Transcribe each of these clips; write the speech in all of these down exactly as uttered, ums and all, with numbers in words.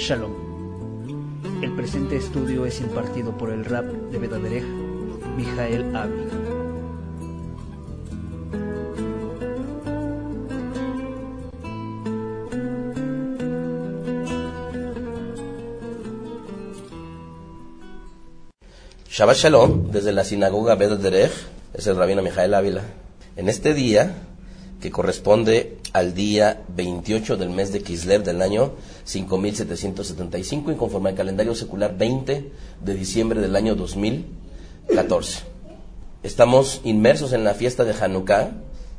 Shalom. El presente estudio es impartido por el Rab de Bet Derech, Mijael Avi. Shabbat Shalom, desde la sinagoga Bet Derech, es el rabino Mijael Ávila. En este día, que corresponde al día veintiocho del mes de Kislev del año cinco mil setecientos setenta y cinco, y conforme al calendario secular veinte de diciembre del año dos mil catorce. Estamos inmersos en la fiesta de Hanukkah,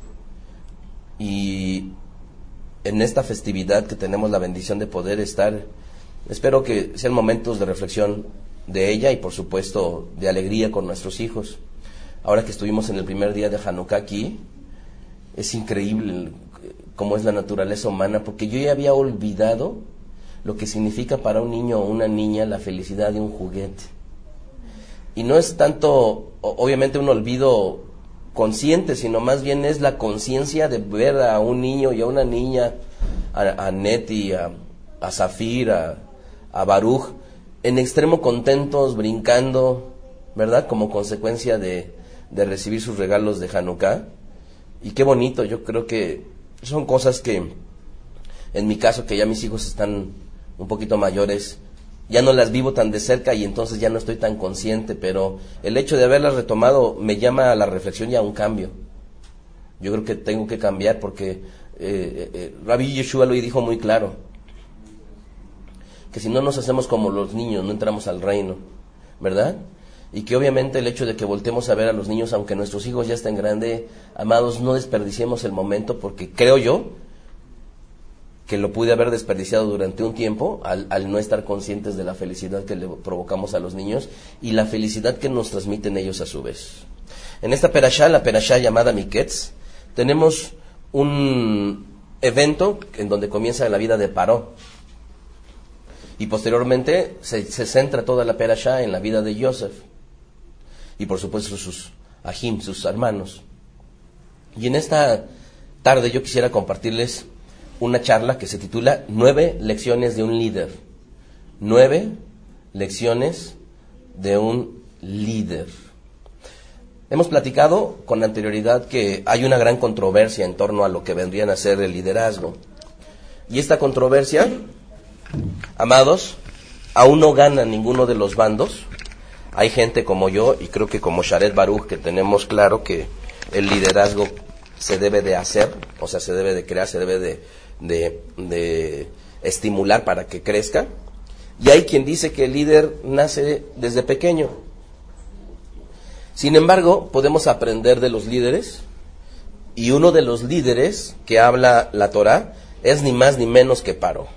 y en esta festividad que tenemos la bendición de poder estar, espero que sean momentos de reflexión de ella y por supuesto de alegría con nuestros hijos. Ahora que estuvimos en el primer día de Hanukkah aquí, es increíble cómo es la naturaleza humana, porque yo ya había olvidado lo que significa para un niño o una niña la felicidad de un juguete. Y no es tanto, obviamente, un olvido consciente, sino más bien es la conciencia de ver a un niño y a una niña, a, a Neti, a, a Zafir, a, a Baruch, en extremo contentos, brincando, ¿verdad? Como consecuencia de, de recibir sus regalos de Hanukkah. Y qué bonito, yo creo que son cosas que, en mi caso, que ya mis hijos están un poquito mayores, ya no las vivo tan de cerca y entonces ya no estoy tan consciente, pero el hecho de haberlas retomado me llama a la reflexión y a un cambio. Yo creo que tengo que cambiar porque eh, eh, Rabbi Yeshua lo dijo muy claro, que si no nos hacemos como los niños, no entramos al reino, ¿verdad? Y que obviamente el hecho de que voltemos a ver a los niños, aunque nuestros hijos ya estén grandes, amados, no desperdiciemos el momento, porque creo yo que lo pude haber desperdiciado durante un tiempo al, al no estar conscientes de la felicidad que le provocamos a los niños y la felicidad que nos transmiten ellos a su vez. En esta perashá, la perashá llamada Miketz, tenemos un evento en donde comienza la vida de Paró. Y posteriormente se, se centra toda la perashá en la vida de Yosef. Y por supuesto sus ajim, sus hermanos. Y en esta tarde yo quisiera compartirles una charla que se titula Nueve lecciones de un líder. Nueve lecciones de un líder. Hemos platicado con anterioridad que hay una gran controversia en torno a lo que vendrían a ser el liderazgo. Y esta controversia, amados, aún no gana ninguno de los bandos. Hay gente como yo, y creo que como Sharet Baruch, que tenemos claro que el liderazgo se debe de hacer, o sea, se debe de crear, se debe de, de, de estimular para que crezca. Y hay quien dice que el líder nace desde pequeño. Sin embargo, podemos aprender de los líderes, y uno de los líderes que habla la Torá es ni más ni menos que Paró.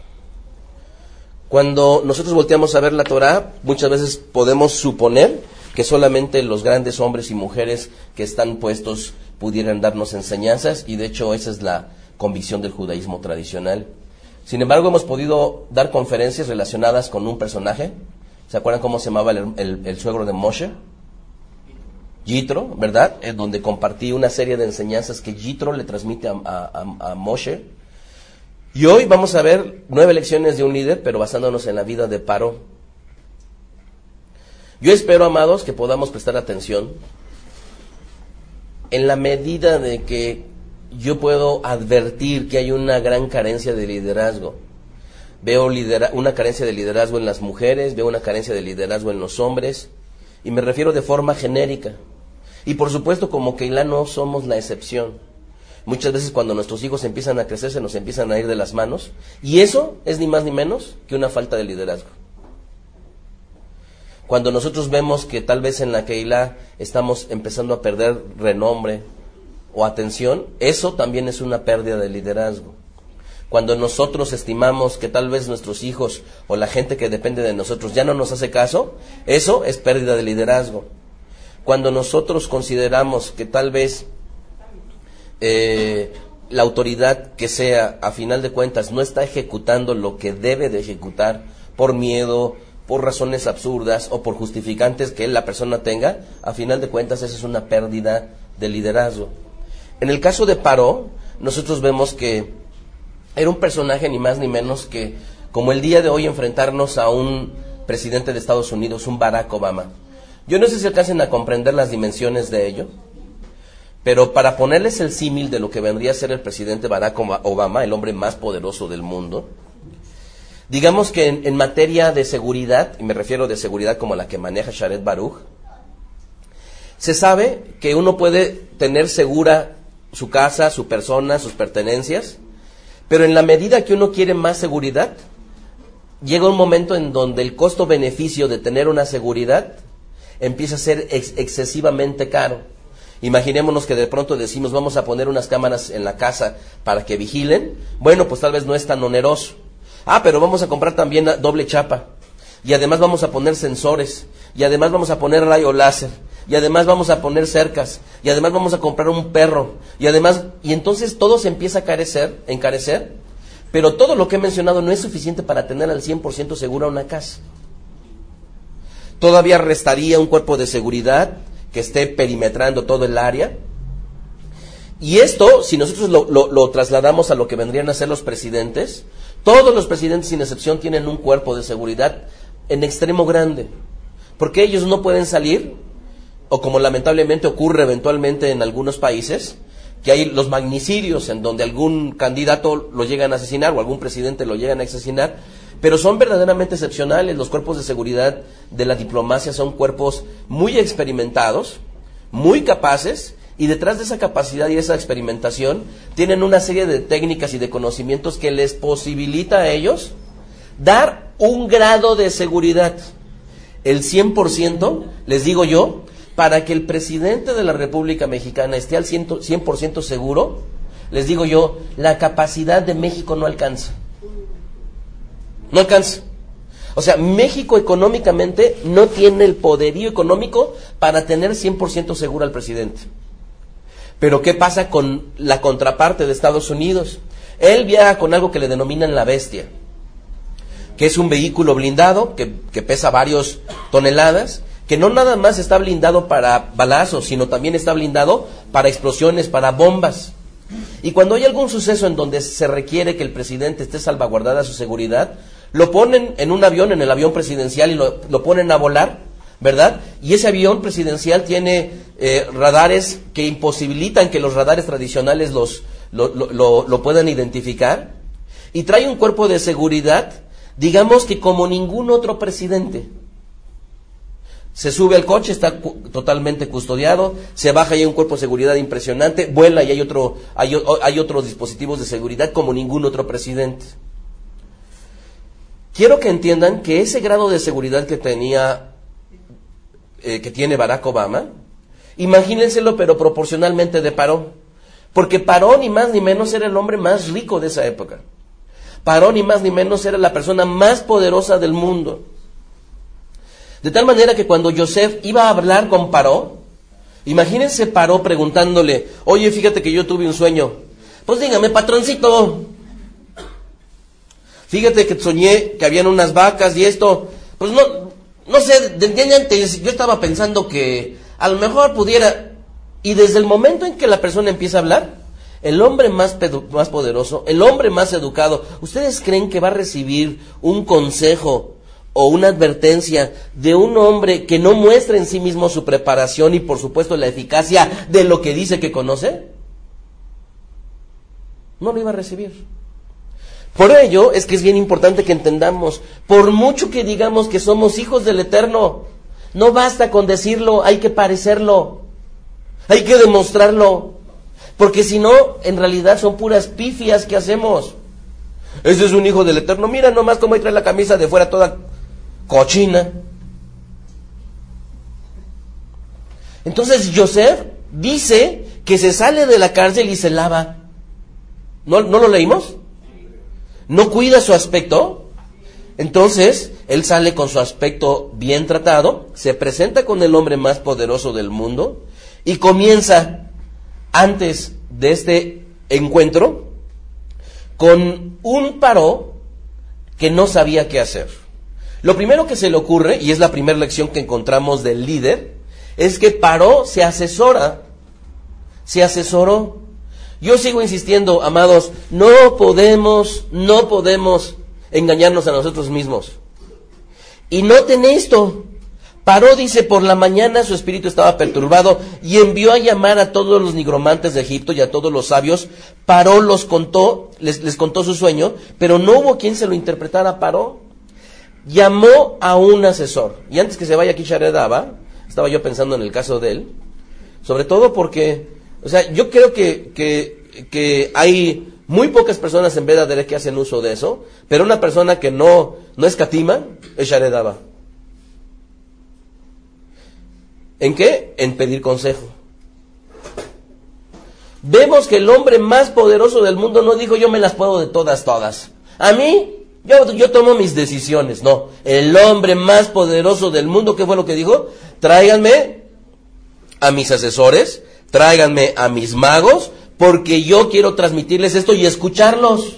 Cuando nosotros volteamos a ver la Torá, muchas veces podemos suponer que solamente los grandes hombres y mujeres que están puestos pudieran darnos enseñanzas, y de hecho esa es la convicción del judaísmo tradicional. Sin embargo, hemos podido dar conferencias relacionadas con un personaje. ¿Se acuerdan cómo se llamaba el, el, el suegro de Moshe? Yitro, ¿verdad? En donde compartí una serie de enseñanzas que Yitro le transmite a, a, a Moshe. Y hoy vamos a ver nueve lecciones de un líder, pero basándonos en la vida de Paró. Yo espero, amados, que podamos prestar atención en la medida de que yo puedo advertir que hay una gran carencia de liderazgo. Veo lidera- una carencia de liderazgo en las mujeres, veo una carencia de liderazgo en los hombres, y me refiero de forma genérica. Y por supuesto, como Keilah no somos la excepción. Muchas veces cuando nuestros hijos empiezan a crecer, se nos empiezan a ir de las manos, y eso es ni más ni menos que una falta de liderazgo. Cuando nosotros vemos que tal vez en la Keilah estamos empezando a perder renombre o atención, eso también es una pérdida de liderazgo. Cuando nosotros estimamos que tal vez nuestros hijos o la gente que depende de nosotros ya no nos hace caso, eso es pérdida de liderazgo. Cuando nosotros consideramos que tal vez Eh, la autoridad que sea, a final de cuentas, no está ejecutando lo que debe de ejecutar por miedo, por razones absurdas o por justificantes que la persona tenga, a final de cuentas, esa es una pérdida de liderazgo. En el caso de Paró, nosotros vemos que era un personaje ni más ni menos que como el día de hoy enfrentarnos a un presidente de Estados Unidos, un Barack Obama. Yo no sé si alcancen a comprender las dimensiones de ello, pero para ponerles el símil de lo que vendría a ser el presidente Barack Obama, el hombre más poderoso del mundo, digamos que en, en materia de seguridad, y me refiero de seguridad como la que maneja Sharet Baruch, se sabe que uno puede tener segura su casa, su persona, sus pertenencias, pero en la medida que uno quiere más seguridad, llega un momento en donde el costo-beneficio de tener una seguridad empieza a ser ex- excesivamente caro. Imaginémonos que de pronto decimos, vamos a poner unas cámaras en la casa para que vigilen. Bueno, pues tal vez no es tan oneroso. Ah, pero vamos a comprar también doble chapa. Y además vamos a poner sensores. Y además vamos a poner rayo láser. Y además vamos a poner cercas. Y además vamos a comprar un perro. Y además, y entonces todo se empieza a carecer, encarecer. Pero todo lo que he mencionado no es suficiente para tener al cien por ciento segura una casa. Todavía restaría un cuerpo de seguridad que esté perimetrando todo el área. Y esto, si nosotros lo, lo, lo trasladamos a lo que vendrían a ser los presidentes, todos los presidentes sin excepción tienen un cuerpo de seguridad en extremo grande, porque ellos no pueden salir, o como lamentablemente ocurre eventualmente en algunos países, que hay los magnicidios en donde algún candidato lo llegan a asesinar o algún presidente lo llegan a asesinar, pero son verdaderamente excepcionales. Los cuerpos de seguridad de la diplomacia son cuerpos muy experimentados, muy capaces, y detrás de esa capacidad y esa experimentación tienen una serie de técnicas y de conocimientos que les posibilita a ellos dar un grado de seguridad, el cien por ciento, les digo yo, para que el presidente de la República Mexicana esté al cien por ciento seguro, les digo yo, la capacidad de México no alcanza. No alcanza. O sea, México económicamente no tiene el poderío económico para tener cien por ciento seguro al presidente. Pero ¿qué pasa con la contraparte de Estados Unidos? Él viaja con algo que le denominan la bestia, que es un vehículo blindado que, que pesa varios toneladas, que no nada más está blindado para balazos, sino también está blindado para explosiones, para bombas. Y cuando hay algún suceso en donde se requiere que el presidente esté salvaguardada su seguridad, lo ponen en un avión, en el avión presidencial, y lo, lo ponen a volar, ¿verdad? Y ese avión presidencial tiene eh, radares que imposibilitan que los radares tradicionales los, lo, lo, lo, lo puedan identificar, y trae un cuerpo de seguridad, digamos que como ningún otro presidente. Se sube al coche, está cu- totalmente custodiado, se baja y hay un cuerpo de seguridad impresionante, vuela y hay otro, hay, hay otros dispositivos de seguridad como ningún otro presidente. Quiero que entiendan que ese grado de seguridad que tenía, eh, que tiene Barack Obama, imagínenselo pero proporcionalmente de Paró, porque Paró ni más ni menos era el hombre más rico de esa época. Paró ni más ni menos era la persona más poderosa del mundo. De tal manera que cuando Joseph iba a hablar con Paró, imagínense Paró preguntándole, oye, fíjate que yo tuve un sueño. Pues dígame, patroncito. Fíjate que soñé que habían unas vacas y esto. Pues no, no sé, desde antes yo estaba pensando que a lo mejor pudiera. Y desde el momento en que la persona empieza a hablar, el hombre más, pedu- más poderoso, el hombre más educado, ¿ustedes creen que va a recibir un consejo o una advertencia de un hombre que no muestra en sí mismo su preparación y por supuesto la eficacia de lo que dice que conoce? No lo iba a recibir. Por ello es que es bien importante que entendamos, por mucho que digamos que somos hijos del Eterno, no basta con decirlo, hay que parecerlo, hay que demostrarlo, porque si no, en realidad son puras pifias que hacemos. Ese es un hijo del Eterno, mira nomás cómo ahí trae la camisa de fuera toda cochina. Entonces Joseph dice que se sale de la cárcel y se lava. ¿No, no lo leímos? ¿No cuida su aspecto? Entonces, él sale con su aspecto bien tratado, se presenta con el hombre más poderoso del mundo y comienza, antes de este encuentro, con un Paró que no sabía qué hacer. Lo primero que se le ocurre, y es la primera lección que encontramos del líder, es que Paró se asesora, se asesoró. Yo sigo insistiendo, amados, no podemos, no podemos engañarnos a nosotros mismos. Y noten esto. Paró, dice, por la mañana su espíritu estaba perturbado y envió a llamar a todos los nigromantes de Egipto y a todos los sabios. Paró los contó, les, les contó su sueño, pero no hubo quien se lo interpretara. Paró. Llamó a un asesor. Y antes que se vaya aquí Shared Abba, estaba yo pensando en el caso de él, sobre todo porque, o sea, yo creo que, que, que hay muy pocas personas en Beth Aderech que hacen uso de eso, pero una persona que no, no escatima es Shared Abba. ¿En qué? En pedir consejo. Vemos que el hombre más poderoso del mundo no dijo, yo me las puedo de todas, todas. A mí, yo, yo tomo mis decisiones. No, el hombre más poderoso del mundo, ¿qué fue lo que dijo? Tráiganme a mis asesores, tráiganme a mis magos, porque yo quiero transmitirles esto y escucharlos.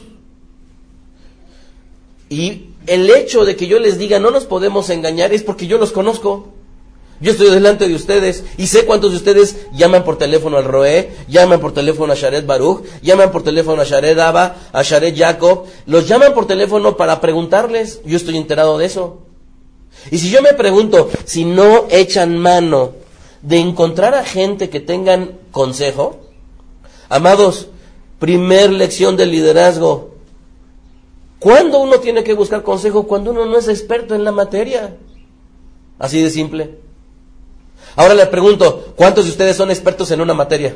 Y el hecho de que yo les diga, no nos podemos engañar, es porque yo los conozco. Yo estoy delante de ustedes y sé cuántos de ustedes llaman por teléfono al Roé, llaman por teléfono a Shared Baruch, llaman por teléfono a Shared Abba, a Shared Jacob, los llaman por teléfono para preguntarles. Yo estoy enterado de eso. Y si yo me pregunto, si no echan mano de encontrar a gente que tengan consejo, amados, primer lección del liderazgo. ¿Cuándo uno tiene que buscar consejo? Cuando uno no es experto en la materia. Así de simple. Ahora le pregunto, ¿cuántos de ustedes son expertos en una materia?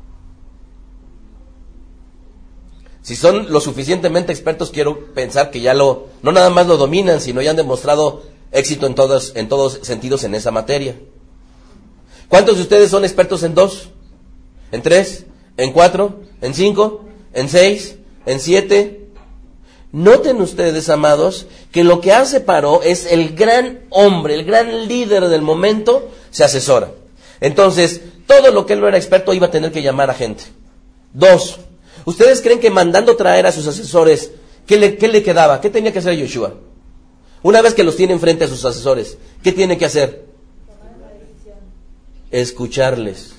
Si son lo suficientemente expertos, quiero pensar que ya lo, no nada más lo dominan, sino ya han demostrado éxito en todos, en todos sentidos en esa materia. ¿Cuántos de ustedes son expertos en dos? ¿En tres? ¿En cuatro? ¿En cinco? ¿En seis? ¿En siete? Noten ustedes, amados, que lo que hace Paró es el gran hombre, el gran líder del momento, se asesora. Entonces, todo lo que él no era experto iba a tener que llamar a gente. Dos, ¿ustedes creen que mandando traer a sus asesores, qué le, qué le quedaba? ¿Qué tenía que hacer Yoshua? Una vez que los tiene enfrente a sus asesores, ¿qué tiene que hacer? Escucharles.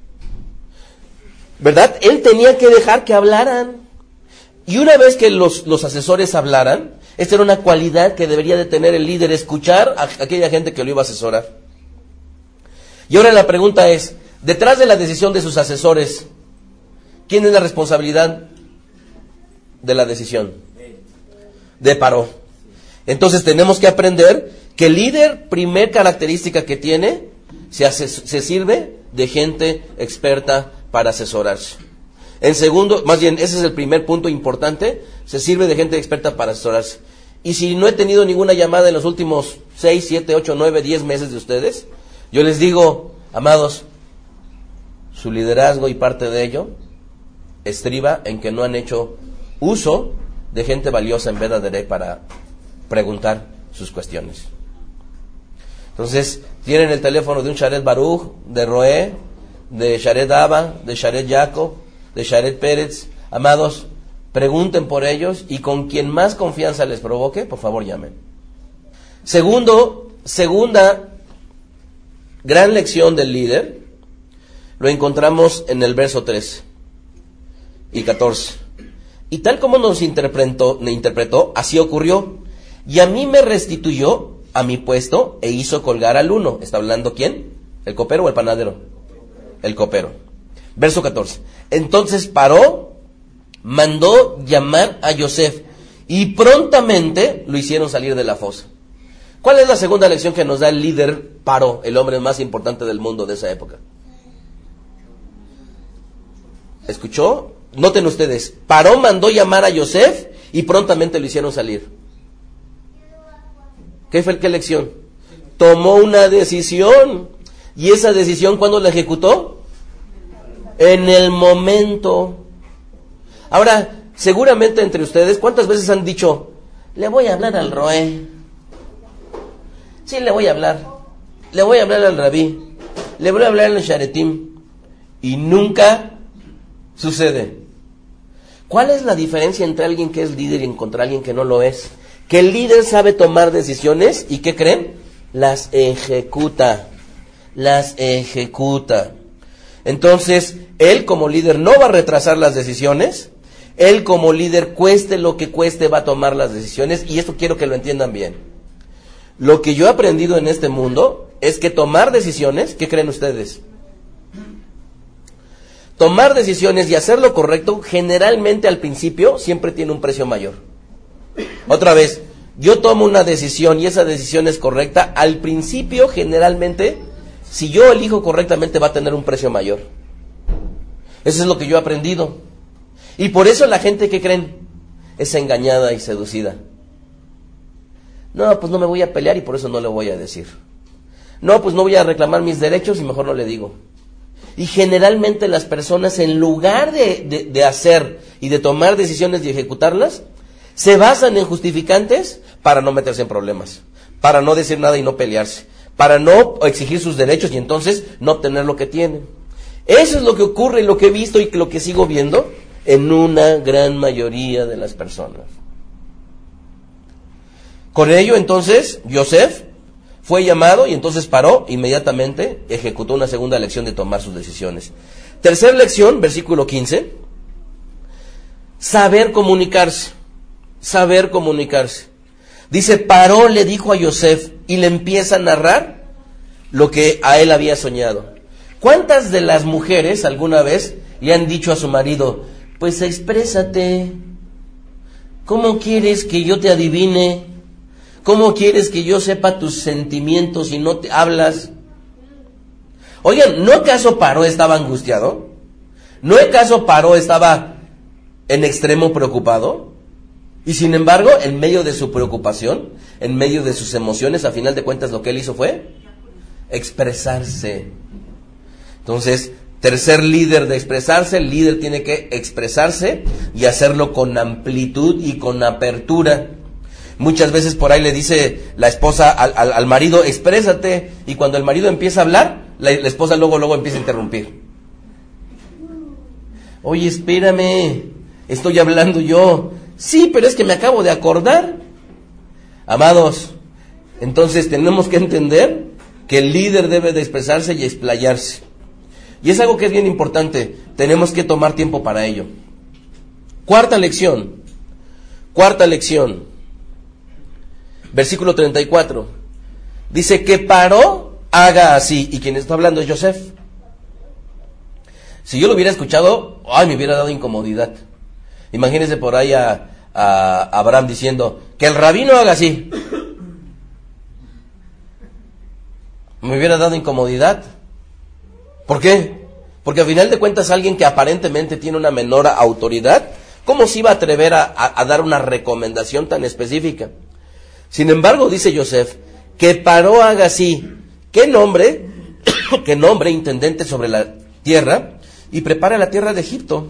¿Verdad? Él tenía que dejar que hablaran. Y una vez que los, los asesores hablaran, esta era una cualidad que debería de tener el líder, escuchar a aquella gente que lo iba a asesorar. Y ahora la pregunta es, detrás de la decisión de sus asesores, ¿quién es la responsabilidad de la decisión? De Paró. Entonces tenemos que aprender que el líder, primer característica que tiene, se, ases- se sirve de gente experta para asesorarse. En segundo, más bien, ese es el primer punto importante, se sirve de gente experta para asesorarse. Y si no he tenido ninguna llamada en los últimos seis, siete, ocho, nueve, diez meses de ustedes, yo les digo, amados, su liderazgo y parte de ello estriba en que no han hecho uso de gente valiosa en Beth Aderech para preguntar sus cuestiones. Entonces, tienen el teléfono de un Shared Baruch, de Roé, de Shared Abba, de Shared Jacob, de Shared Pérez. Amados, pregunten por ellos y con quien más confianza les provoque, por favor llamen. Segundo, segunda gran lección del líder, lo encontramos en el verso trece y catorce. Y tal como nos interpretó, me interpretó, así ocurrió. Y a mí me restituyó a mi puesto e hizo colgar al uno. ¿Está hablando quién? ¿El copero o el panadero? El copero. Verso catorce. Entonces Paró, mandó llamar a Yosef y prontamente lo hicieron salir de la fosa. ¿Cuál es la segunda lección que nos da el líder Paró, el hombre más importante del mundo de esa época? ¿Escuchó? Noten ustedes, Paró mandó llamar a Yosef y prontamente lo hicieron salir. ¿Qué fue qué lección? Tomó una decisión. ¿Y esa decisión cuándo la ejecutó? En el momento. Ahora, seguramente entre ustedes, ¿cuántas veces han dicho, le voy a hablar al Roé? Sí, le voy a hablar. Le voy a hablar al Rabí. Le voy a hablar al Sharetim. Y nunca sucede. ¿Cuál es la diferencia entre alguien que es líder y contra alguien que no lo es? Que el líder sabe tomar decisiones y ¿qué creen? Las ejecuta. Las ejecuta. Entonces, él como líder no va a retrasar las decisiones, Él como líder, cueste lo que cueste, va a tomar las decisiones, y esto quiero que lo entiendan bien. Lo que yo he aprendido en este mundo es que tomar decisiones, ¿qué creen ustedes? Tomar decisiones y hacer lo correcto, generalmente al principio, siempre tiene un precio mayor. Otra vez, yo tomo una decisión y esa decisión es correcta, al principio, generalmente, si yo elijo correctamente, va a tener un precio mayor. Eso es lo que yo he aprendido. Y por eso la gente, ¿qué creen? Es engañada y seducida. No, pues no me voy a pelear y por eso no le voy a decir. No, pues no voy a reclamar mis derechos y mejor no le digo. Y generalmente las personas, en lugar de, de, de hacer y de tomar decisiones y ejecutarlas, se basan en justificantes para no meterse en problemas, para no decir nada y no pelearse, para no exigir sus derechos y entonces no obtener lo que tienen. Eso es lo que ocurre y lo que he visto y lo que sigo viendo en una gran mayoría de las personas. Con ello, entonces, Yosef fue llamado y entonces paró, inmediatamente ejecutó una segunda lección de tomar sus decisiones. Tercera lección, versículo quince, saber comunicarse, saber comunicarse. Dice, paró, le dijo a Yosef y le empieza a narrar lo que a él había soñado. ¿Cuántas de las mujeres alguna vez le han dicho a su marido, pues exprésate, ¿cómo quieres que yo te adivine? ¿Cómo quieres que yo sepa tus sentimientos si no te hablas? Oigan, ¿no acaso Paró estaba angustiado? ¿No acaso Paró estaba en extremo preocupado? Y sin embargo, en medio de su preocupación, en medio de sus emociones, a final de cuentas lo que él hizo fue expresarse. Entonces, tercer líder de expresarse, el líder tiene que expresarse y hacerlo con amplitud y con apertura. Muchas veces por ahí le dice la esposa al, al, al marido, exprésate, y cuando el marido empieza a hablar, la, la esposa luego, luego empieza a interrumpir. Oye, espérame, estoy hablando yo. Sí, pero es que me acabo de acordar. Amados, entonces tenemos que entender que el líder debe de expresarse y explayarse. Y es algo que es bien importante, tenemos que tomar tiempo para ello. Cuarta lección, cuarta lección, versículo treinta y cuatro, dice que Paró haga así, y quien está hablando es Yosef. Si yo lo hubiera escuchado, ay, me hubiera dado incomodidad. Imagínense por ahí a, a Abraham diciendo, que el rabino haga así. Me hubiera dado incomodidad. ¿Por qué? Porque al final de cuentas alguien que aparentemente tiene una menor autoridad, ¿cómo se iba a atrever a, a, a dar una recomendación tan específica? Sin embargo, dice Yosef, que Paró haga así, que nombre, que nombre intendente sobre la tierra y prepare la tierra de Egipto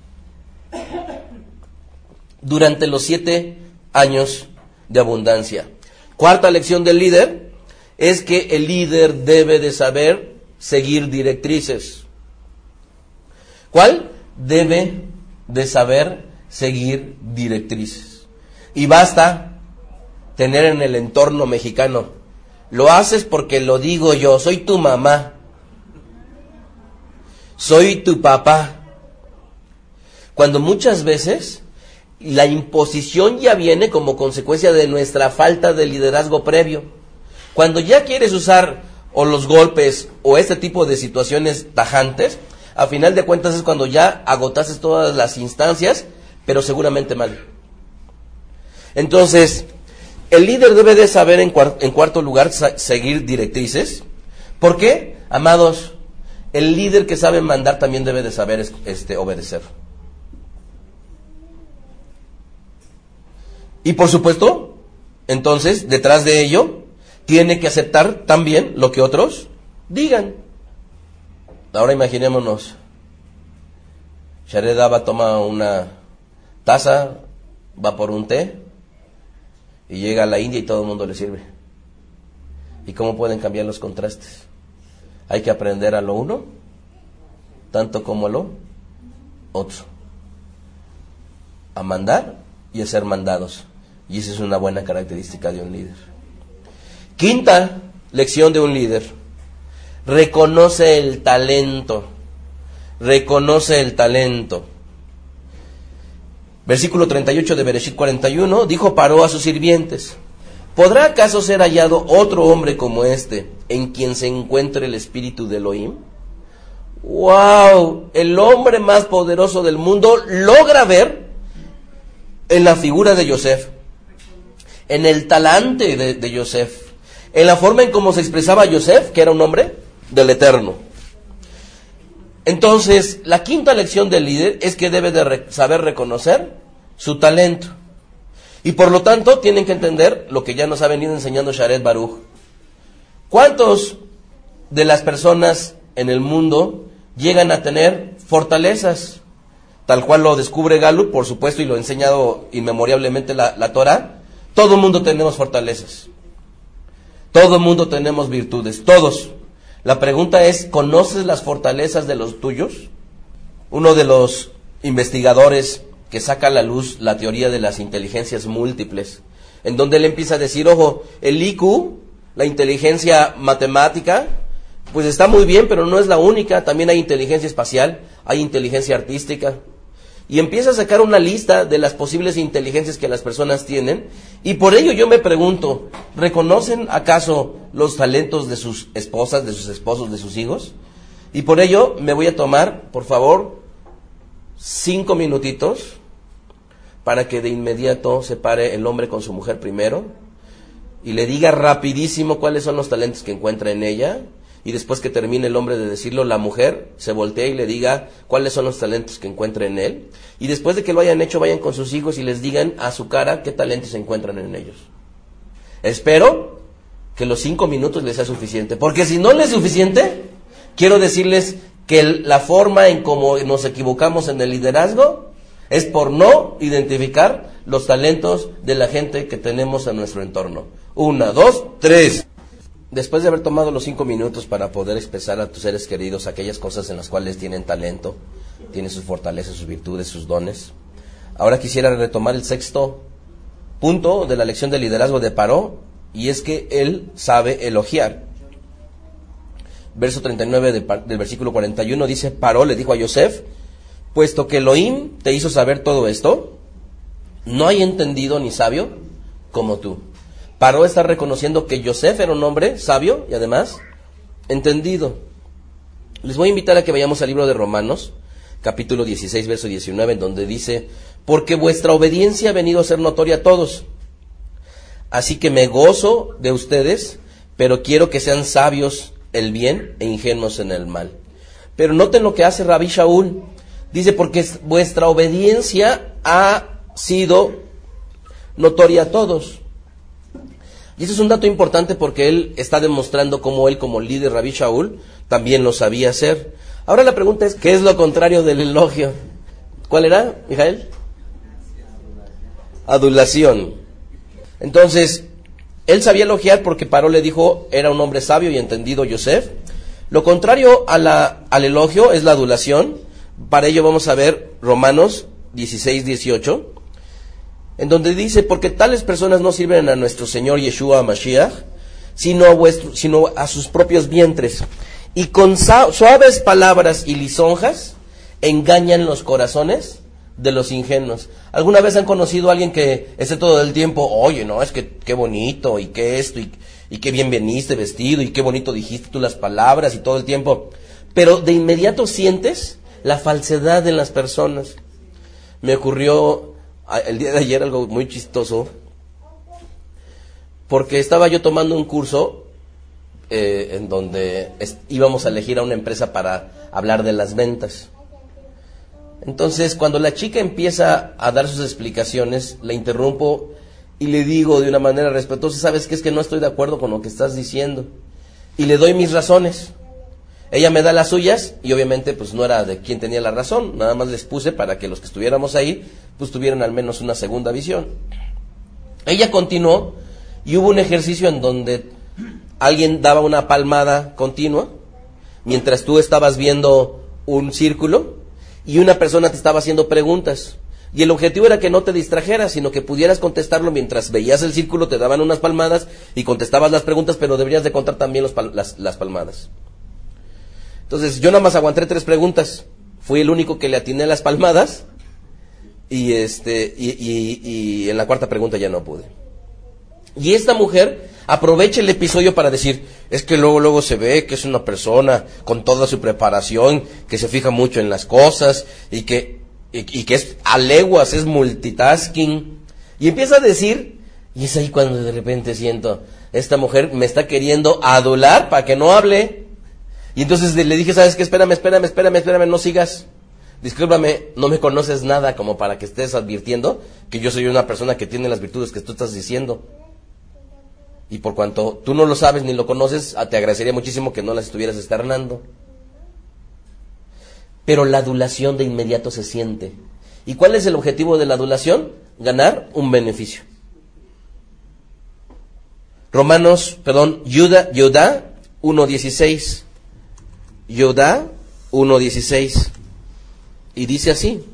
durante los siete años de abundancia. Cuarta lección del líder es que el líder debe de saber seguir directrices. ¿Cuál? Debe de saber seguir directrices. Y basta tener en el entorno mexicano, lo haces porque lo digo yo, soy tu mamá, soy tu papá. Cuando muchas veces la imposición ya viene como consecuencia de nuestra falta de liderazgo previo. Cuando ya quieres usar o los golpes o este tipo de situaciones tajantes, a final de cuentas es cuando ya agotaste todas las instancias, pero seguramente mal. Entonces, el líder debe de saber, en, cuar- en cuarto lugar, sa- seguir directrices. ¿Por qué? Amados, el líder que sabe mandar también debe de saber este, obedecer. Y por supuesto, entonces, detrás de ello, tiene que aceptar también lo que otros digan. Ahora imaginémonos, Shareda va a tomar una taza, va por un té, y llega a la India y todo el mundo le sirve. ¿Y cómo pueden cambiar los contrastes? Hay que aprender a lo uno, tanto como a lo otro. A mandar y a ser mandados. Y esa es una buena característica de un líder. Quinta lección de un líder. Reconoce el talento. Reconoce el talento. Versículo treinta y ocho de Bereshit cuarenta y uno, dijo Paró a sus sirvientes: ¿podrá acaso ser hallado otro hombre como este, en quien se encuentre el espíritu de Elohim? ¡Wow! El hombre más poderoso del mundo logra ver en la figura de Yosef, en el talante de, de Yosef, en la forma en cómo se expresaba Yosef, que era un hombre del Eterno. Entonces, la quinta lección del líder es que debe de re- saber reconocer su talento. Y por lo tanto, tienen que entender lo que ya nos ha venido enseñando Sharet Baruch. ¿Cuántos de las personas en el mundo llegan a tener fortalezas? Tal cual lo descubre Gallup, por supuesto, y lo ha enseñado inmemoriablemente la, la Torah. Todo el mundo tenemos fortalezas. Todo el mundo tenemos virtudes, todos. La pregunta es, ¿conoces las fortalezas de los tuyos? Uno de los investigadores que saca a la luz la teoría de las inteligencias múltiples, en donde él empieza a decir, ojo, el I Q, la inteligencia matemática, pues está muy bien, pero no es la única. También hay inteligencia espacial, hay inteligencia artística. Y empieza a sacar una lista de las posibles inteligencias que las personas tienen. Y por ello yo me pregunto, ¿reconocen acaso los talentos de sus esposas, de sus esposos, de sus hijos? Y por ello me voy a tomar, por favor, cinco minutitos para que de inmediato se pare el hombre con su mujer primero y le diga rapidísimo cuáles son los talentos que encuentra en ella. Y después que termine el hombre de decirlo, la mujer se voltea y le diga cuáles son los talentos que encuentra en él. Y después de que lo hayan hecho, vayan con sus hijos y les digan a su cara qué talentos se encuentran en ellos. Espero que los cinco minutos les sea suficiente, porque si no les es suficiente, quiero decirles que el, la forma en cómo nos equivocamos en el liderazgo es por no identificar los talentos de la gente que tenemos en nuestro entorno. Una, dos, tres. Después de haber tomado los cinco minutos para poder expresar a tus seres queridos aquellas cosas en las cuales tienen talento, tienen sus fortalezas, sus virtudes, sus dones, ahora quisiera retomar el sexto punto de la lección de liderazgo de Paró, y es que él sabe elogiar. Verso treinta y nueve de, del versículo cuarenta y uno dice, Paró le dijo a Yosef, puesto que Elohim te hizo saber todo esto, no hay entendido ni sabio como tú. Paró está reconociendo que Yosef era un hombre sabio y además entendido. Les voy a invitar a que vayamos al libro de Romanos, capítulo dieciséis, verso diecinueve, en donde dice, porque vuestra obediencia ha venido a ser notoria a todos. Así que me gozo de ustedes, pero quiero que sean sabios el bien e ingenuos en el mal. Pero noten lo que hace Rabí Shaul. Dice, porque vuestra obediencia ha sido notoria a todos. Y eso es un dato importante porque él está demostrando cómo él, como líder Rabí Shaul, también lo sabía hacer. Ahora la pregunta es, ¿qué es lo contrario del elogio? ¿Cuál era, Mijael? Adulación. Entonces, él sabía elogiar porque Paró le dijo, era un hombre sabio y entendido Yosef. Lo contrario a la, al elogio es la adulación. Para ello vamos a ver Romanos dieciséis, dieciocho. En donde dice, porque tales personas no sirven a nuestro Señor Yeshua Mashiach, sino a, vuestro, sino a sus propios vientres. Y con suaves palabras y lisonjas engañan los corazones de los ingenuos. ¿Alguna vez han conocido a alguien que esté todo el tiempo, oye, no, es que qué bonito, y qué esto, y, y qué bien veniste vestido, y qué bonito dijiste tú las palabras, y todo el tiempo? Pero de inmediato sientes la falsedad en las personas. Me ocurrió el día de ayer algo muy chistoso, porque estaba yo tomando un curso eh, en donde es, íbamos a elegir a una empresa para hablar de las ventas. Entonces, cuando la chica empieza a dar sus explicaciones, la interrumpo y le digo de una manera respetuosa, ¿sabes qué? Es que no estoy de acuerdo con lo que estás diciendo. Y le doy mis razones. Ella me da las suyas y obviamente pues no era de quién tenía la razón, nada más les puse para que los que estuviéramos ahí pues tuvieran al menos una segunda visión. Ella continuó y hubo un ejercicio en donde alguien daba una palmada continua mientras tú estabas viendo un círculo y una persona te estaba haciendo preguntas. Y el objetivo era que no te distrajeras, sino que pudieras contestarlo mientras veías el círculo, te daban unas palmadas y contestabas las preguntas, pero deberías de contar también los pal- las, las palmadas. Entonces yo nada más aguanté tres preguntas, fui el único que le atiné las palmadas y este y, y, y en la cuarta pregunta ya no pude. Y esta mujer aprovecha el episodio para decir, es que luego luego se ve que es una persona con toda su preparación, que se fija mucho en las cosas y que y, y que es a leguas, es multitasking, y empieza a decir, y es ahí cuando de repente siento, esta mujer me está queriendo adular para que no hable. Y entonces le dije, ¿sabes qué? Espérame, espérame, espérame, espérame, no sigas. Discúlpame, no me conoces nada como para que estés advirtiendo que yo soy una persona que tiene las virtudes que tú estás diciendo. Y por cuanto tú no lo sabes ni lo conoces, te agradecería muchísimo que no las estuvieras externando. Pero la adulación de inmediato se siente. ¿Y cuál es el objetivo de la adulación? Ganar un beneficio. Romanos, perdón, Judá, Judá uno dieciséis. Judá uno dieciséis. Y dice así: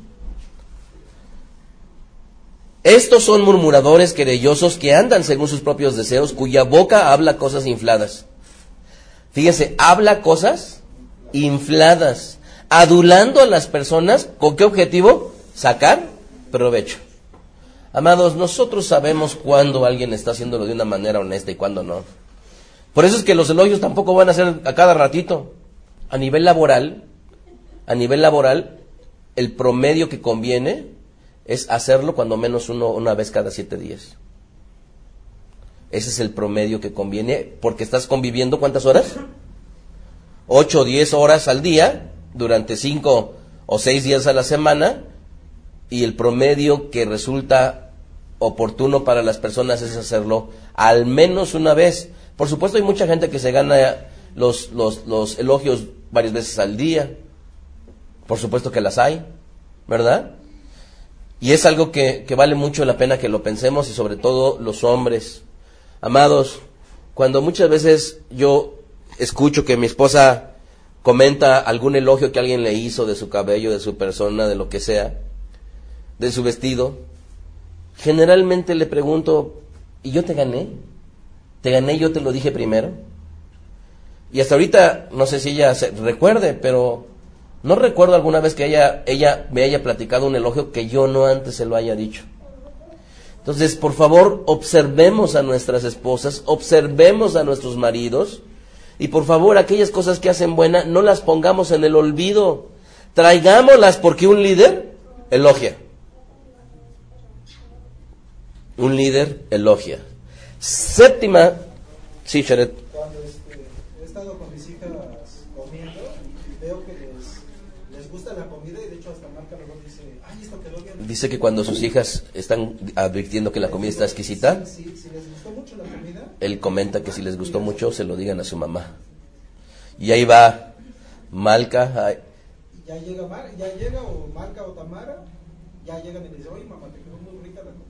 estos son murmuradores querellosos que andan según sus propios deseos, cuya boca habla cosas infladas. Fíjense, habla cosas infladas, adulando a las personas. ¿Con qué objetivo? Sacar provecho. Amados, nosotros sabemos cuándo alguien está haciéndolo de una manera honesta y cuándo no. Por eso es que los elogios tampoco van a ser a cada ratito. A nivel laboral, a nivel laboral, el promedio que conviene es hacerlo cuando menos uno una vez cada siete días. Ese es el promedio que conviene, porque estás conviviendo ¿cuántas horas? Ocho o diez horas al día, durante cinco o seis días a la semana, y el promedio que resulta oportuno para las personas es hacerlo al menos una vez. Por supuesto, hay mucha gente que se gana los, los, los elogios varias veces al día. Por supuesto que las hay, ¿verdad? Y es algo que, que vale mucho la pena que lo pensemos, y sobre todo los hombres. Amados, cuando muchas veces yo escucho que mi esposa comenta algún elogio que alguien le hizo de su cabello, de su persona, de lo que sea, de su vestido, generalmente le pregunto, ¿y yo te gané? ¿Te gané y yo te lo dije primero? Y hasta ahorita, no sé si ella se recuerde, pero no recuerdo alguna vez que ella, ella me haya platicado un elogio que yo no antes se lo haya dicho. Entonces, por favor, observemos a nuestras esposas, observemos a nuestros maridos, y por favor, aquellas cosas que hacen buena, no las pongamos en el olvido. Traigámoslas, porque un líder elogia. Un líder elogia. Séptima, sí, Sharet. Cuando este, he estado con mis hijas comiendo, y veo que les, les gusta la comida, y de hecho hasta Marca luego dice, ay, esto quedó bien. Dice que cuando sus hijas están advirtiendo que la comida está exquisita, sí, sí, si les gustó mucho la comida, él comenta que si les gustó mucho, se lo digan a su mamá. Y ahí va Malca. Ay. Ya llega, Mar, ya llega o Marca o Tamara, ya llegan y le dicen, oye, mamá, te quedó muy rica la comida.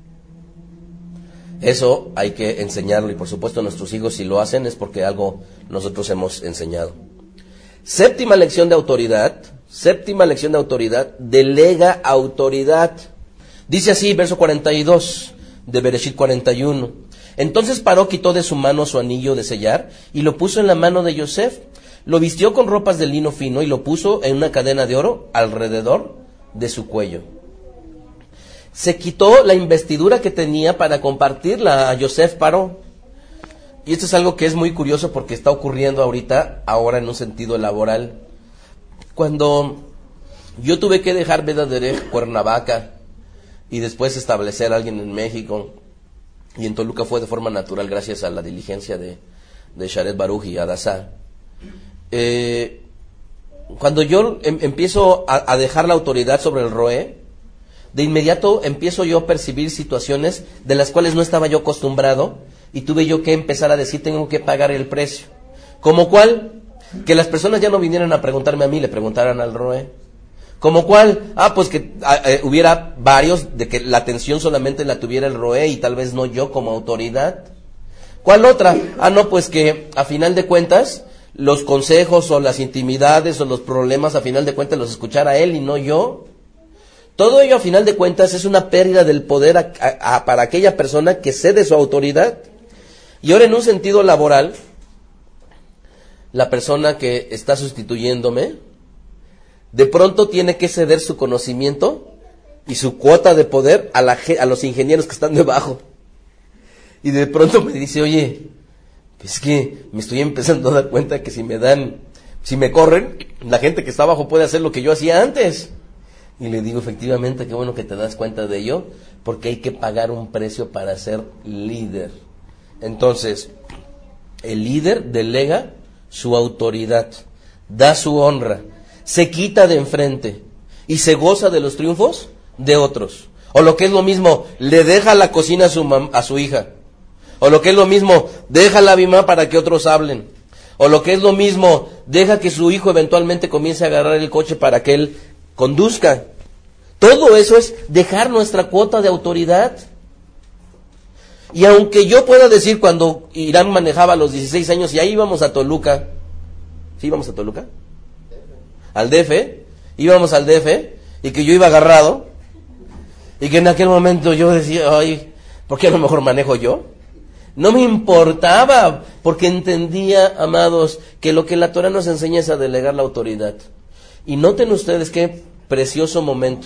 Eso hay que enseñarlo, y por supuesto nuestros hijos, si lo hacen, es porque algo nosotros hemos enseñado. Séptima lección de autoridad, séptima lección de autoridad, delega autoridad. Dice así, verso cuarenta y dos de Bereshit cuarenta y uno. Entonces paró, quitó de su mano su anillo de sellar y lo puso en la mano de Yosef. Lo vistió con ropas de lino fino y lo puso en una cadena de oro alrededor de su cuello. Se quitó la investidura que tenía para compartirla a Yosef Paró. Y esto es algo que es muy curioso porque está ocurriendo ahorita, ahora en un sentido laboral. Cuando yo tuve que dejar Beth Derech, Cuernavaca, y después establecer a alguien en México, y en Toluca fue de forma natural gracias a la diligencia de, de Sharet Baruch y Adasá. Eh, cuando yo em, empiezo a, a dejar la autoridad sobre el Roé, de inmediato empiezo yo a percibir situaciones de las cuales no estaba yo acostumbrado, y tuve yo que empezar a decir, tengo que pagar el precio. ¿Como cuál? Que las personas ya no vinieran a preguntarme a mí, le preguntaran al Roé. ¿Como cuál? Ah, pues que ah, eh, hubiera varios, de que la atención solamente la tuviera el Roé y tal vez no yo como autoridad. ¿Cuál otra? Ah, no, pues que a final de cuentas los consejos o las intimidades o los problemas a final de cuentas los escuchara él y no yo. Todo ello a final de cuentas es una pérdida del poder a, a, a, para aquella persona que cede su autoridad. Y ahora, en un sentido laboral, la persona que está sustituyéndome de pronto tiene que ceder su conocimiento y su cuota de poder a, la, a los ingenieros que están debajo. Y de pronto me dice, oye, es que me estoy empezando a dar cuenta que si me dan, si me corren, la gente que está abajo puede hacer lo que yo hacía antes. Y le digo, efectivamente, qué bueno que te das cuenta de ello, porque hay que pagar un precio para ser líder. Entonces, el líder delega su autoridad, da su honra, se quita de enfrente y se goza de los triunfos de otros. O lo que es lo mismo, le deja la cocina a su, mam- a su hija. O lo que es lo mismo, deja la bimá para que otros hablen. O lo que es lo mismo, deja que su hijo eventualmente comience a agarrar el coche para que él conduzca. Todo eso es dejar nuestra cuota de autoridad. Y aunque yo pueda decir, cuando Irán manejaba a los dieciséis años y ahí íbamos a Toluca, ¿sí íbamos a Toluca? Al D F, íbamos al D F, y que yo iba agarrado, y que en aquel momento yo decía, ay, ¿por qué a lo mejor manejo yo? No me importaba, porque entendía, amados, que lo que la Torah nos enseña es a delegar la autoridad. Y noten ustedes qué precioso momento.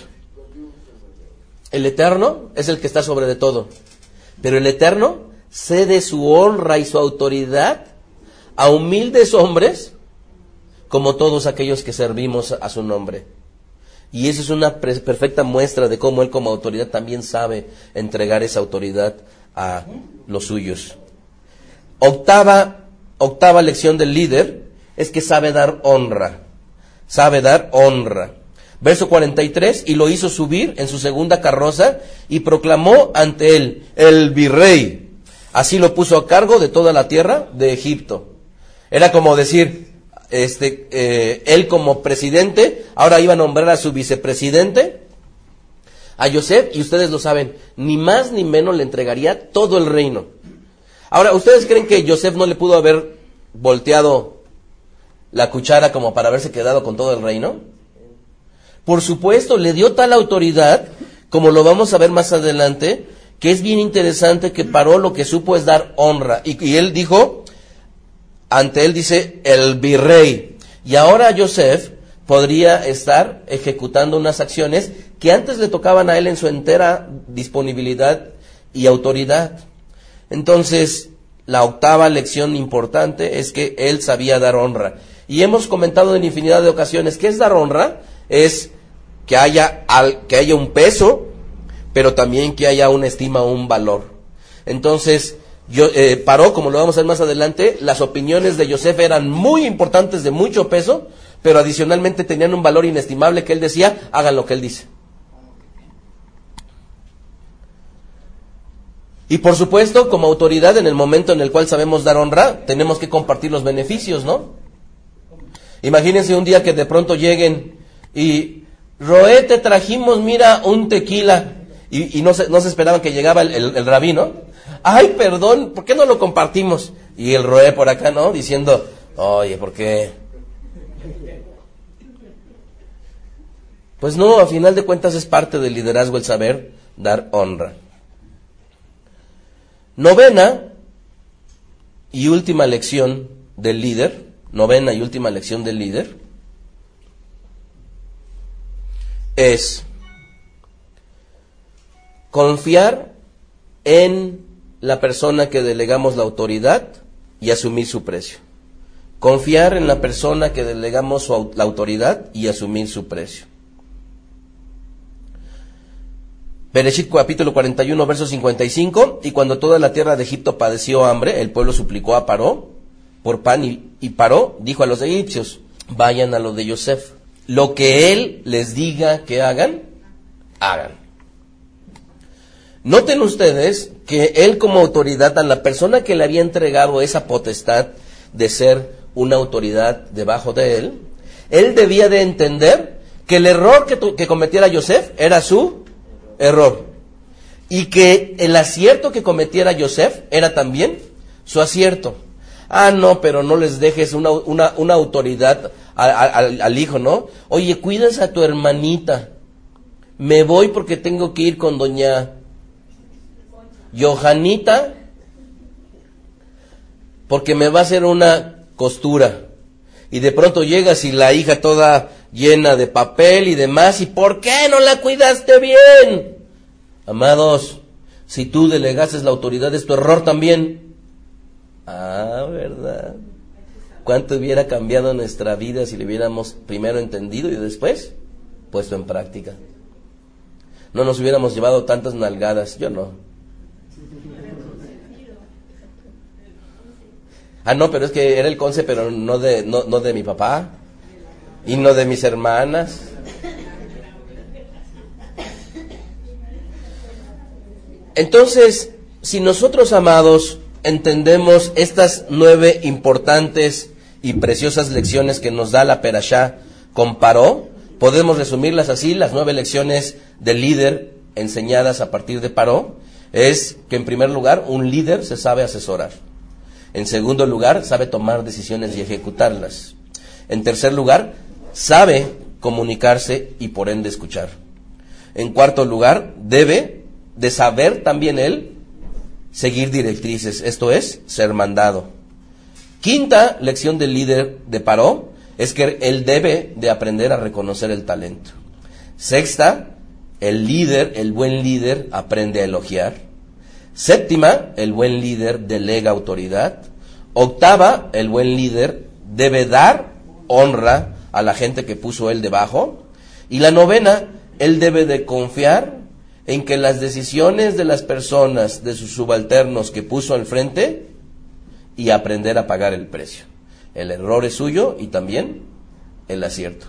El Eterno es el que está sobre de todo, pero el Eterno cede su honra y su autoridad a humildes hombres, como todos aquellos que servimos a su nombre. Y eso es una pre- perfecta muestra de cómo Él como autoridad también sabe entregar esa autoridad a los suyos. Octava, octava lección del líder es que sabe dar honra. Sabe dar honra. Verso cuarenta y tres, y lo hizo subir en su segunda carroza y proclamó ante él, el virrey. Así lo puso a cargo de toda la tierra de Egipto. Era como decir, este, eh, él como presidente, ahora iba a nombrar a su vicepresidente, a Yosef, y ustedes lo saben, ni más ni menos le entregaría todo el reino. Ahora, ¿ustedes creen que Yosef no le pudo haber volteado la cuchara como para haberse quedado con todo el reino? Por supuesto, le dio tal autoridad, como lo vamos a ver más adelante, que es bien interesante que Paró lo que supo es dar honra. Y, y él dijo, ante él dice, el virrey. Y ahora Yosef podría estar ejecutando unas acciones que antes le tocaban a él en su entera disponibilidad y autoridad. Entonces, la octava lección importante es que él sabía dar honra. Y hemos comentado en infinidad de ocasiones, ¿qué es dar honra? Es que haya, al, que haya un peso, pero también que haya una estima o un valor. Entonces, yo, eh, Paró, como lo vamos a ver más adelante, las opiniones de Yosef eran muy importantes, de mucho peso, pero adicionalmente tenían un valor inestimable que él decía, hagan lo que él dice. Y por supuesto, como autoridad, en el momento en el cual sabemos dar honra, tenemos que compartir los beneficios, ¿no? Imagínense un día que de pronto lleguen y, Roé, te trajimos, mira, un tequila, y, y no, se, no se esperaban que llegaba el, el, el rabí, ¿no? Ay, perdón, ¿por qué no lo compartimos? Y el Roé por acá, ¿no? Diciendo, oye, ¿por qué? Pues no, a final de cuentas es parte del liderazgo el saber dar honra. Novena y última lección del líder, novena y última lección del líder, es confiar en la persona que delegamos la autoridad y asumir su precio. Confiar en la persona que delegamos su, la autoridad y asumir su precio. Bereshit capítulo cuarenta y uno, verso cincuenta y cinco, y cuando toda la tierra de Egipto padeció hambre, el pueblo suplicó a Paró por pan y, y Paró dijo a los egipcios, vayan a lo de Yosef, lo que él les diga que hagan, hagan. Noten ustedes que él como autoridad, a la persona que le había entregado esa potestad de ser una autoridad debajo de él, él debía de entender que el error que, tu, que cometiera Yosef era su error, y que el acierto que cometiera Yosef era también su acierto. Ah, no, pero no les dejes una, una, una autoridad a, a, al, al hijo, ¿no? Oye, cuidas a tu hermanita. Me voy porque tengo que ir con doña Johanita, porque me va a hacer una costura. Y de pronto llegas y la hija toda llena de papel y demás, ¿y por qué no la cuidaste bien? Amados, si tú delegases la autoridad es tu error también. Ah, ¿verdad? ¿Cuánto hubiera cambiado nuestra vida si le hubiéramos primero entendido y después puesto en práctica? No nos hubiéramos llevado tantas nalgadas, yo no. Ah, no, pero es que era el conce, pero no de, no, no de mi papá y no de mis hermanas. Entonces, si nosotros, amados, entendemos estas nueve importantes y preciosas lecciones que nos da la Perashá con Paró, podemos resumirlas así. Las nueve lecciones del líder enseñadas a partir de Paró es que, en primer lugar, un líder se sabe asesorar. En segundo lugar, sabe tomar decisiones y ejecutarlas. En tercer lugar, sabe comunicarse y por ende escuchar. En cuarto lugar, debe de saber también él seguir directrices, esto es, ser mandado. Quinta lección del líder de Paró es que él debe de aprender a reconocer el talento. Sexta, el líder, el buen líder, aprende a elogiar. Séptima, el buen líder delega autoridad. Octava, el buen líder debe dar honra a la gente que puso él debajo. Y la novena, él debe de confiar en que las decisiones de las personas, de sus subalternos que puso al frente, y aprender a pagar el precio. El error es suyo y también el acierto.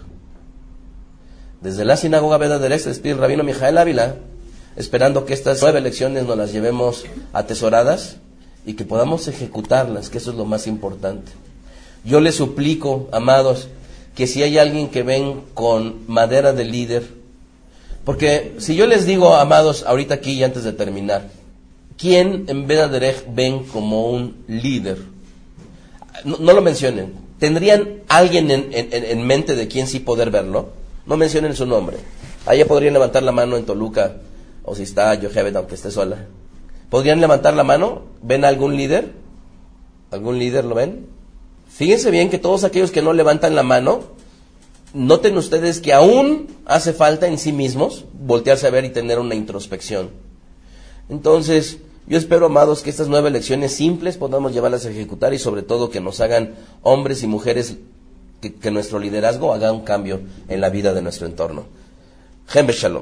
Desde la sinagoga Beda Derech se despide el rabino Mijael Ávila, esperando que estas nueve lecciones nos las llevemos atesoradas y que podamos ejecutarlas, que eso es lo más importante. Yo les suplico, amados, que si hay alguien que ven con madera de líder, porque si yo les digo, amados, ahorita aquí y antes de terminar, ¿quién en Beda Derech ven como un líder? No, no lo mencionen. ¿Tendrían alguien en, en, en mente de quién sí poder verlo? No mencionen su nombre. Allá podrían levantar la mano en Toluca, o si está Yochebed, aunque esté sola. ¿Podrían levantar la mano? ¿Ven a algún líder? ¿Algún líder lo ven? Fíjense bien que todos aquellos que no levantan la mano, noten ustedes que aún hace falta en sí mismos voltearse a ver y tener una introspección. Entonces, yo espero, amados, que estas nueve lecciones simples podamos llevarlas a ejecutar y sobre todo que nos hagan hombres y mujeres, que, que nuestro liderazgo haga un cambio en la vida de nuestro entorno. Jem Shalom.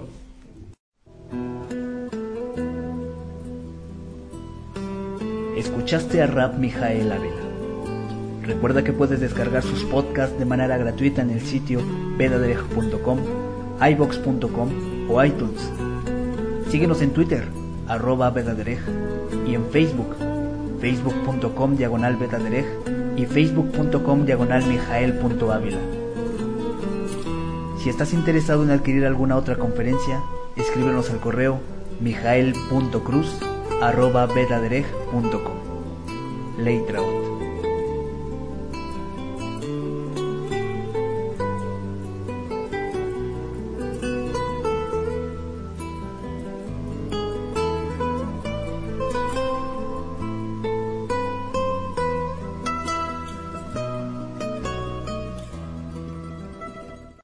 Escuchaste a Rab Mijael Ávila. Recuerda que puedes descargar sus podcasts de manera gratuita en el sitio bedaderech punto com, i vox punto com o iTunes. Síguenos en Twitter, arroba bedaderech, y en Facebook, facebook punto com diagonal bedaderech y facebook punto com diagonal mijael punto ávila. Si estás interesado en adquirir alguna otra conferencia, escríbenos al correo mijael punto cruz arroba bedaderech punto com. Leitraot.